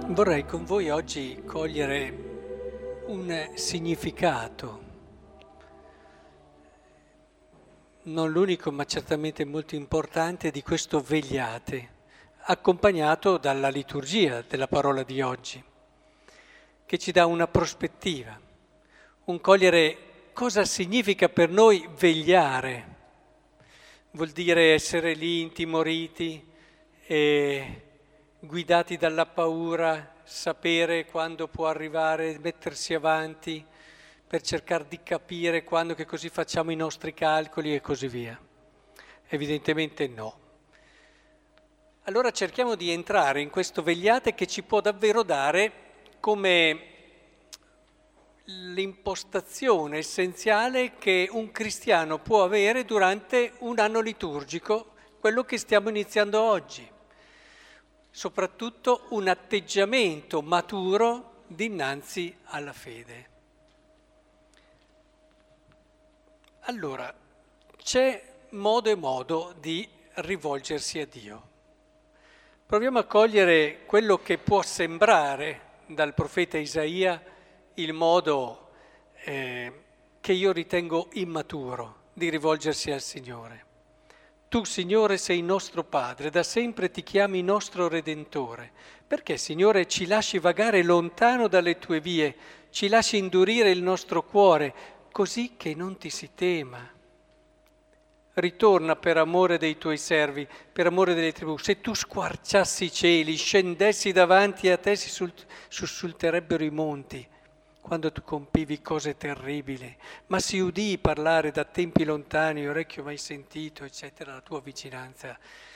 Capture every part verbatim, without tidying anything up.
Vorrei con voi oggi cogliere un significato, non l'unico ma certamente molto importante, di questo vegliate, accompagnato dalla liturgia della parola di oggi, che ci dà una prospettiva, un cogliere cosa significa per noi vegliare. Vuol dire essere lì intimoriti e guidati dalla paura, sapere quando può arrivare, mettersi avanti per cercare di capire quando, che così facciamo i nostri calcoli e così via. Evidentemente no. Allora cerchiamo di entrare in questo vegliate che ci può davvero dare come l'impostazione essenziale che un cristiano può avere durante un anno liturgico, quello che stiamo iniziando oggi. Soprattutto un atteggiamento maturo dinanzi alla fede. Allora, c'è modo e modo di rivolgersi a Dio. Proviamo a cogliere quello che può sembrare dal profeta Isaia il modo eh, che io ritengo immaturo di rivolgersi al Signore. Tu, Signore, sei nostro Padre, da sempre ti chiami nostro Redentore. Perché, Signore, ci lasci vagare lontano dalle tue vie, ci lasci indurire il nostro cuore, così che non ti si tema? Ritorna per amore dei tuoi servi, per amore delle tribù. Se tu squarciassi i cieli, scendessi davanti a te, si sussulterebbero i monti. Quando tu compivi cose terribili, ma si udì parlare da tempi lontani, orecchio mai sentito, eccetera, la tua vicinanza.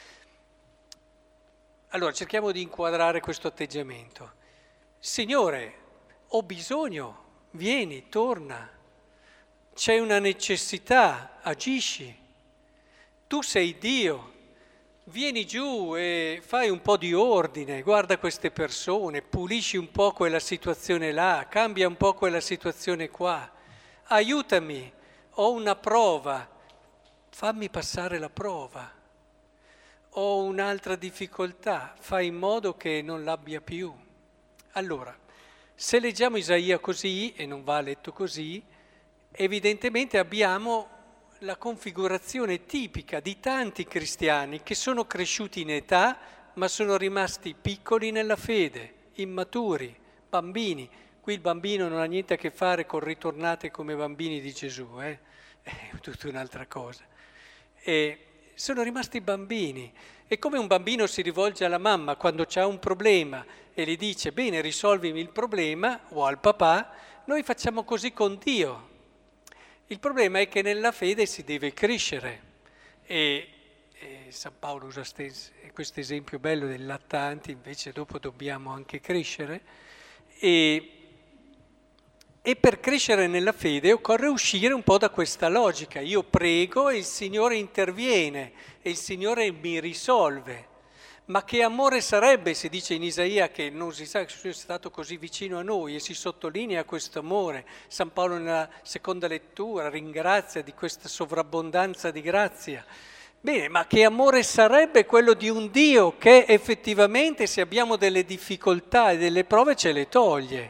Allora cerchiamo di inquadrare questo atteggiamento. Signore, ho bisogno, vieni, torna, c'è una necessità, agisci, tu sei Dio. Vieni giù e fai un po' di ordine, guarda queste persone, pulisci un po' quella situazione là, cambia un po' quella situazione qua. Aiutami, ho una prova, fammi passare la prova. Ho un'altra difficoltà, fai in modo che non l'abbia più. Allora, se leggiamo Isaia così, e non va letto così, evidentemente abbiamo la configurazione tipica di tanti cristiani che sono cresciuti in età ma sono rimasti piccoli nella fede, immaturi, bambini. Qui il bambino non ha niente a che fare con ritornate come bambini di Gesù, eh? È tutta un'altra cosa. E sono rimasti bambini. E come un bambino si rivolge alla mamma quando c'ha un problema e gli dice bene, risolvimi il problema, o al papà, noi facciamo così con Dio. Il problema è che nella fede si deve crescere e, e San Paolo usa questo esempio bello del lattante, invece dopo dobbiamo anche crescere e, e per crescere nella fede occorre uscire un po' da questa logica. Io prego e il Signore interviene e il Signore mi risolve. Ma che amore sarebbe, si dice in Isaia, che non si sa che Gesù è stato così vicino a noi e si sottolinea questo amore. San Paolo nella seconda lettura ringrazia di questa sovrabbondanza di grazia. Bene, ma che amore sarebbe quello di un Dio che effettivamente, se abbiamo delle difficoltà e delle prove, ce le toglie?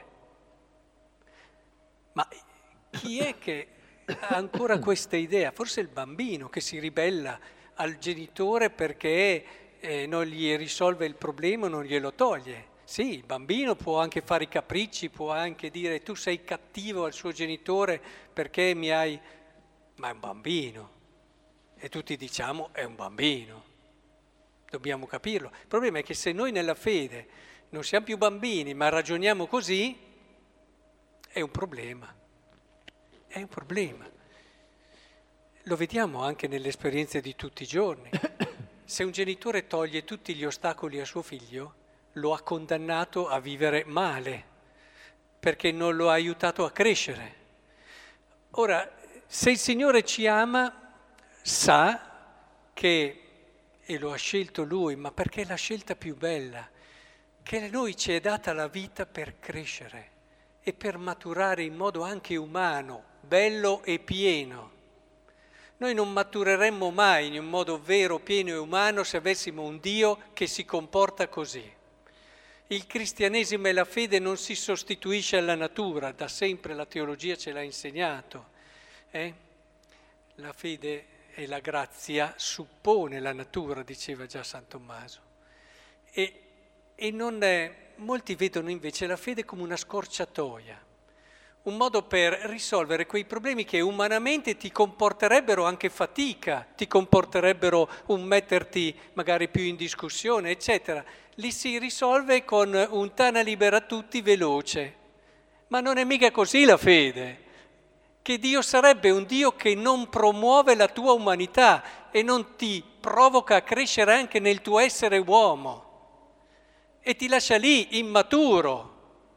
Ma chi è che ha ancora questa idea? Forse il bambino che si ribella al genitore perché Eh, non gli risolve il problema, non glielo toglie. Sì, il bambino può anche fare i capricci, può anche dire tu sei cattivo al suo genitore perché mi hai... Ma è un bambino. E tutti diciamo è un bambino. Dobbiamo capirlo. Il problema è che se noi nella fede non siamo più bambini ma ragioniamo così, è un problema. È un problema. Lo vediamo anche nelle esperienze di tutti i giorni. Se un genitore toglie tutti gli ostacoli a suo figlio, lo ha condannato a vivere male, perché non lo ha aiutato a crescere. Ora, se il Signore ci ama, sa che, e lo ha scelto Lui, ma perché è la scelta più bella, che a noi ci è data la vita per crescere e per maturare in modo anche umano, bello e pieno. Noi non matureremmo mai in un modo vero, pieno e umano se avessimo un Dio che si comporta così. Il cristianesimo e la fede non si sostituisce alla natura, da sempre la teologia ce l'ha insegnato. Eh? La fede e la grazia suppone la natura, diceva già San Tommaso. E, e non è, molti vedono invece la fede come una scorciatoia, un modo per risolvere quei problemi che umanamente ti comporterebbero anche fatica, ti comporterebbero un metterti magari più in discussione, eccetera. Li si risolve con un tana libera tutti veloce. Ma non è mica così la fede, che Dio sarebbe un Dio che non promuove la tua umanità e non ti provoca a crescere anche nel tuo essere uomo e ti lascia lì immaturo.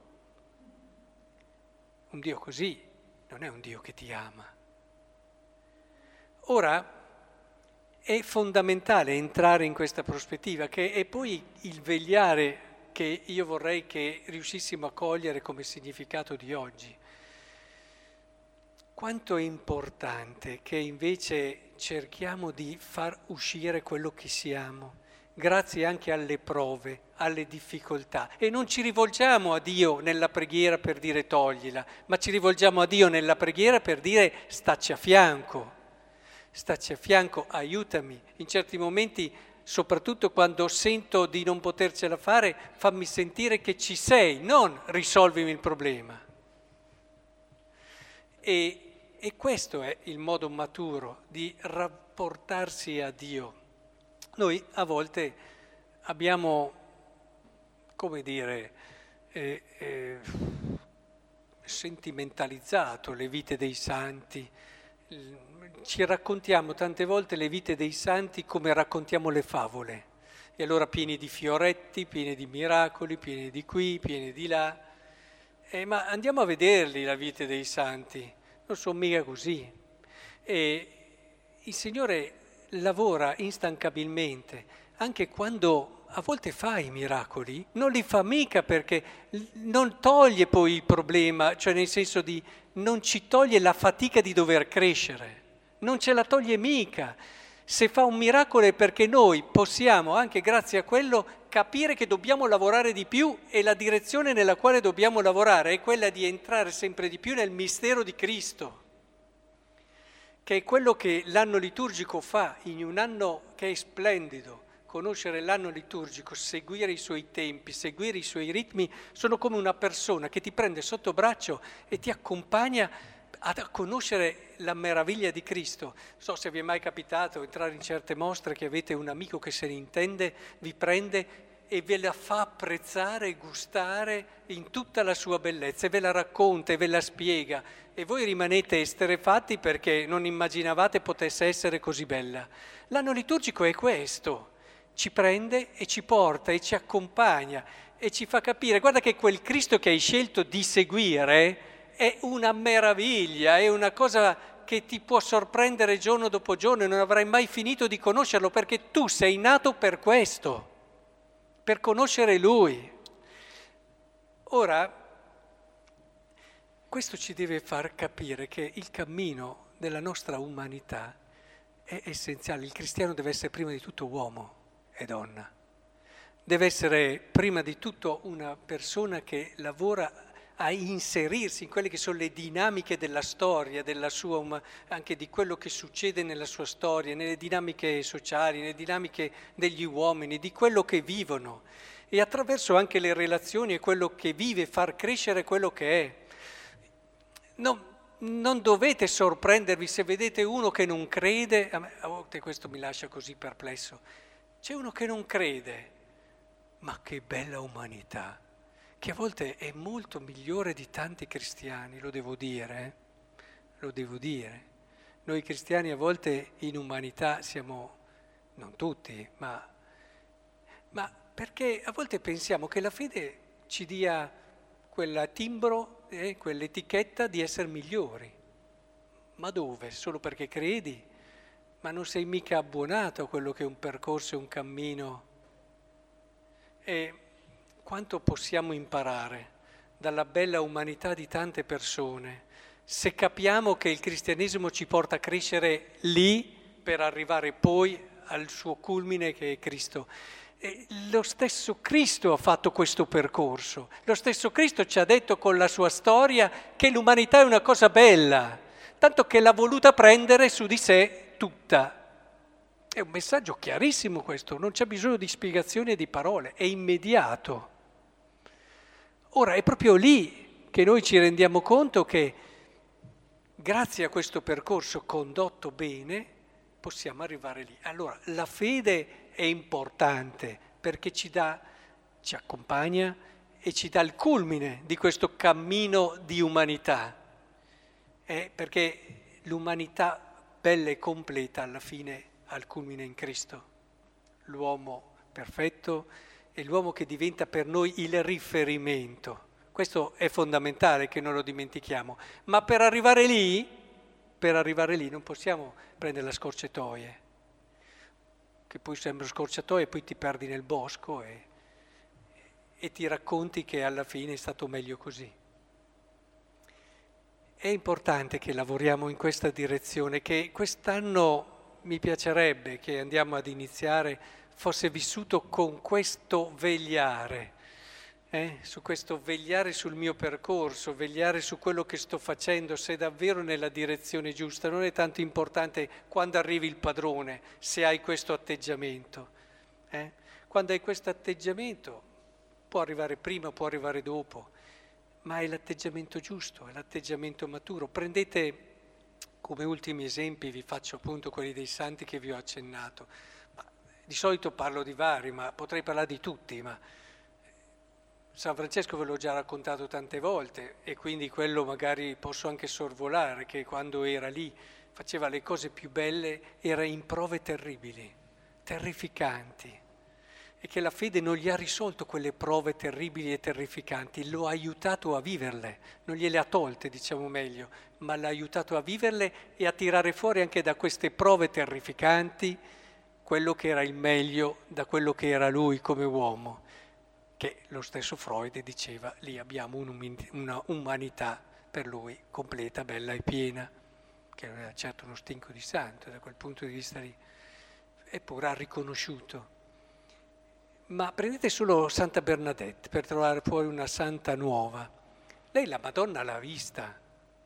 Un Dio così non è un Dio che ti ama. Ora è fondamentale entrare in questa prospettiva, che è poi il vegliare che io vorrei che riuscissimo a cogliere come significato di oggi. Quanto è importante che invece cerchiamo di far uscire quello che siamo, grazie anche alle prove, alle difficoltà. E non ci rivolgiamo a Dio nella preghiera per dire toglila, ma ci rivolgiamo a Dio nella preghiera per dire stacci a fianco, stacci a fianco, aiutami. In certi momenti, soprattutto quando sento di non potercela fare, fammi sentire che ci sei, non risolvimi il problema. E, e questo è il modo maturo di rapportarsi a Dio. Noi a volte abbiamo, come dire, eh, eh, sentimentalizzato le vite dei santi, ci raccontiamo tante volte le vite dei santi come raccontiamo le favole, e allora pieni di fioretti, pieni di miracoli, pieni di qui, pieni di là, eh, ma andiamo a vederli la vita dei santi, non sono mica così. E il Signore lavora instancabilmente, anche quando a volte fa i miracoli, non li fa mica perché non toglie poi il problema, cioè nel senso di non ci toglie la fatica di dover crescere, non ce la toglie mica. Se fa un miracolo è perché noi possiamo, anche grazie a quello, capire che dobbiamo lavorare di più e la direzione nella quale dobbiamo lavorare è quella di entrare sempre di più nel mistero di Cristo, che è quello che l'anno liturgico fa, in un anno che è splendido. Conoscere l'anno liturgico, seguire i suoi tempi, seguire i suoi ritmi, sono come una persona che ti prende sotto braccio e ti accompagna a conoscere la meraviglia di Cristo. Non so se vi è mai capitato entrare in certe mostre che avete un amico che se ne intende, vi prende e ve la fa apprezzare e gustare in tutta la sua bellezza, e ve la racconta e ve la spiega, e voi rimanete esterrefatti perché non immaginavate potesse essere così bella. L'anno liturgico è questo, ci prende e ci porta e ci accompagna e ci fa capire, guarda che quel Cristo che hai scelto di seguire è una meraviglia, è una cosa che ti può sorprendere giorno dopo giorno e non avrai mai finito di conoscerlo, perché tu sei nato per questo, per conoscere Lui. Ora, questo ci deve far capire che il cammino della nostra umanità è essenziale. Il cristiano deve essere prima di tutto uomo e donna. Deve essere prima di tutto una persona che lavora a inserirsi in quelle che sono le dinamiche della storia, della sua, anche di quello che succede nella sua storia, nelle dinamiche sociali, nelle dinamiche degli uomini, di quello che vivono, e attraverso anche le relazioni e quello che vive far crescere quello che è. Non, non dovete sorprendervi se vedete uno che non crede, a, me, a volte questo mi lascia così perplesso, c'è uno che non crede, ma che bella umanità, che a volte è molto migliore di tanti cristiani, lo devo dire, eh? lo devo dire. Noi cristiani a volte in umanità siamo, non tutti, ma, ma perché a volte pensiamo che la fede ci dia quel timbro, eh, quell'etichetta di essere migliori. Ma dove? Solo perché credi? Ma non sei mica abbuonato a quello che è un percorso e un cammino. E quanto possiamo imparare dalla bella umanità di tante persone se capiamo che il cristianesimo ci porta a crescere lì per arrivare poi al suo culmine che è Cristo. E lo stesso Cristo ha fatto questo percorso, lo stesso Cristo ci ha detto con la sua storia che l'umanità è una cosa bella, tanto che l'ha voluta prendere su di sé tutta. È un messaggio chiarissimo questo, non c'è bisogno di spiegazioni e di parole, è immediato. Ora è proprio lì che noi ci rendiamo conto che grazie a questo percorso condotto bene possiamo arrivare lì. Allora la fede è importante perché ci dà, ci accompagna e ci dà il culmine di questo cammino di umanità, eh, perché l'umanità bella e completa alla fine al culmine in Cristo, l'uomo perfetto e l'uomo che diventa per noi il riferimento. Questo è fondamentale che non lo dimentichiamo, ma per arrivare lì, per arrivare lì non possiamo prendere la scorciatoie, che poi sembra scorciatoie e poi ti perdi nel bosco e, e ti racconti che alla fine è stato meglio così. È importante che lavoriamo in questa direzione, che quest'anno mi piacerebbe che andiamo ad iniziare fosse vissuto con questo vegliare, eh? su questo vegliare sul mio percorso, vegliare su quello che sto facendo, se è davvero nella direzione giusta. Non è tanto importante quando arrivi il padrone, se hai questo atteggiamento. Eh? Quando hai questo atteggiamento, può arrivare prima, può arrivare dopo, ma è l'atteggiamento giusto, è l'atteggiamento maturo. Prendete come ultimi esempi, vi faccio appunto quelli dei santi che vi ho accennato. Ma di solito parlo di vari, ma potrei parlare di tutti, ma San Francesco ve l'ho già raccontato tante volte e quindi quello magari posso anche sorvolare, che quando era lì faceva le cose più belle, era in prove terribili, terrificanti, e che la fede non gli ha risolto quelle prove terribili e terrificanti, lo ha aiutato a viverle, non gliele ha tolte, diciamo meglio, ma l'ha aiutato a viverle e a tirare fuori anche da queste prove terrificanti quello che era il meglio da quello che era lui come uomo, che lo stesso Freud diceva, lì abbiamo una umanità per lui completa, bella e piena, che non era certo uno stinco di santo, da quel punto di vista lì, eppure ha riconosciuto. Ma prendete solo Santa Bernadette per trovare fuori una santa nuova. Lei la Madonna l'ha vista.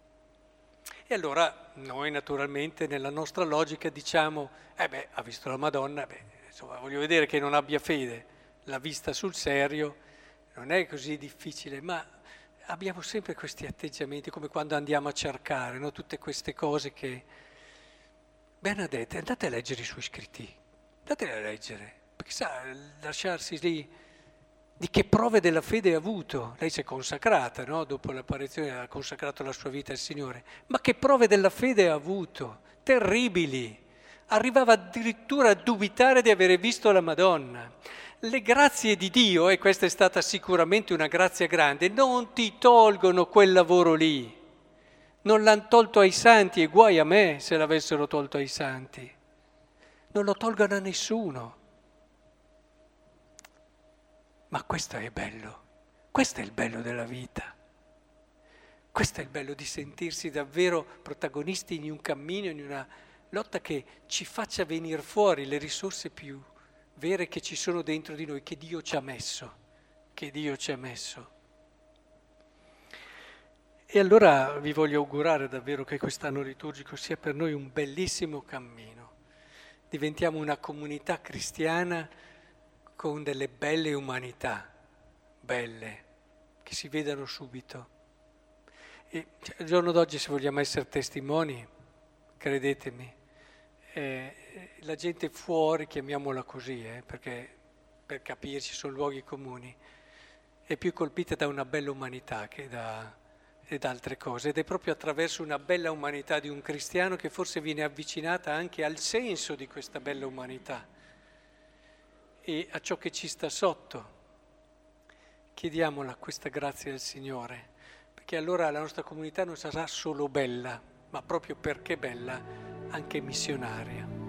E allora noi naturalmente nella nostra logica diciamo, eh beh, ha visto la Madonna, beh, insomma voglio vedere che non abbia fede. L'ha vista sul serio, non è così difficile, ma abbiamo sempre questi atteggiamenti come quando andiamo a cercare, no? Tutte queste cose che... Bernadette, andate a leggere i suoi scritti, andateli a leggere. Perché sa, lasciarsi lì, di che prove della fede ha avuto? Lei si è consacrata, no? Dopo l'apparizione ha consacrato la sua vita al Signore. Ma che prove della fede ha avuto? Terribili. Arrivava addirittura a dubitare di avere visto la Madonna. Le grazie di Dio, e questa è stata sicuramente una grazia grande, non ti tolgono quel lavoro lì. Non l'hanno tolto ai santi e guai a me se l'avessero tolto ai santi. Non lo tolgono a nessuno. Ma questo è bello, questo è il bello della vita, questo è il bello di sentirsi davvero protagonisti in un cammino, in una lotta che ci faccia venire fuori le risorse più vere che ci sono dentro di noi, che Dio ci ha messo, che Dio ci ha messo. E allora vi voglio augurare davvero che quest'anno liturgico sia per noi un bellissimo cammino. Diventiamo una comunità cristiana con delle belle umanità, belle, che si vedano subito. E cioè, il giorno d'oggi, se vogliamo essere testimoni, credetemi, eh, la gente fuori, chiamiamola così, eh, perché per capirci sono luoghi comuni, è più colpita da una bella umanità che da, e da altre cose. Ed è proprio attraverso una bella umanità di un cristiano che forse viene avvicinata anche al senso di questa bella umanità e a ciò che ci sta sotto. Chiediamola questa grazia del Signore, perché allora la nostra comunità non sarà solo bella, ma proprio perché bella, anche missionaria.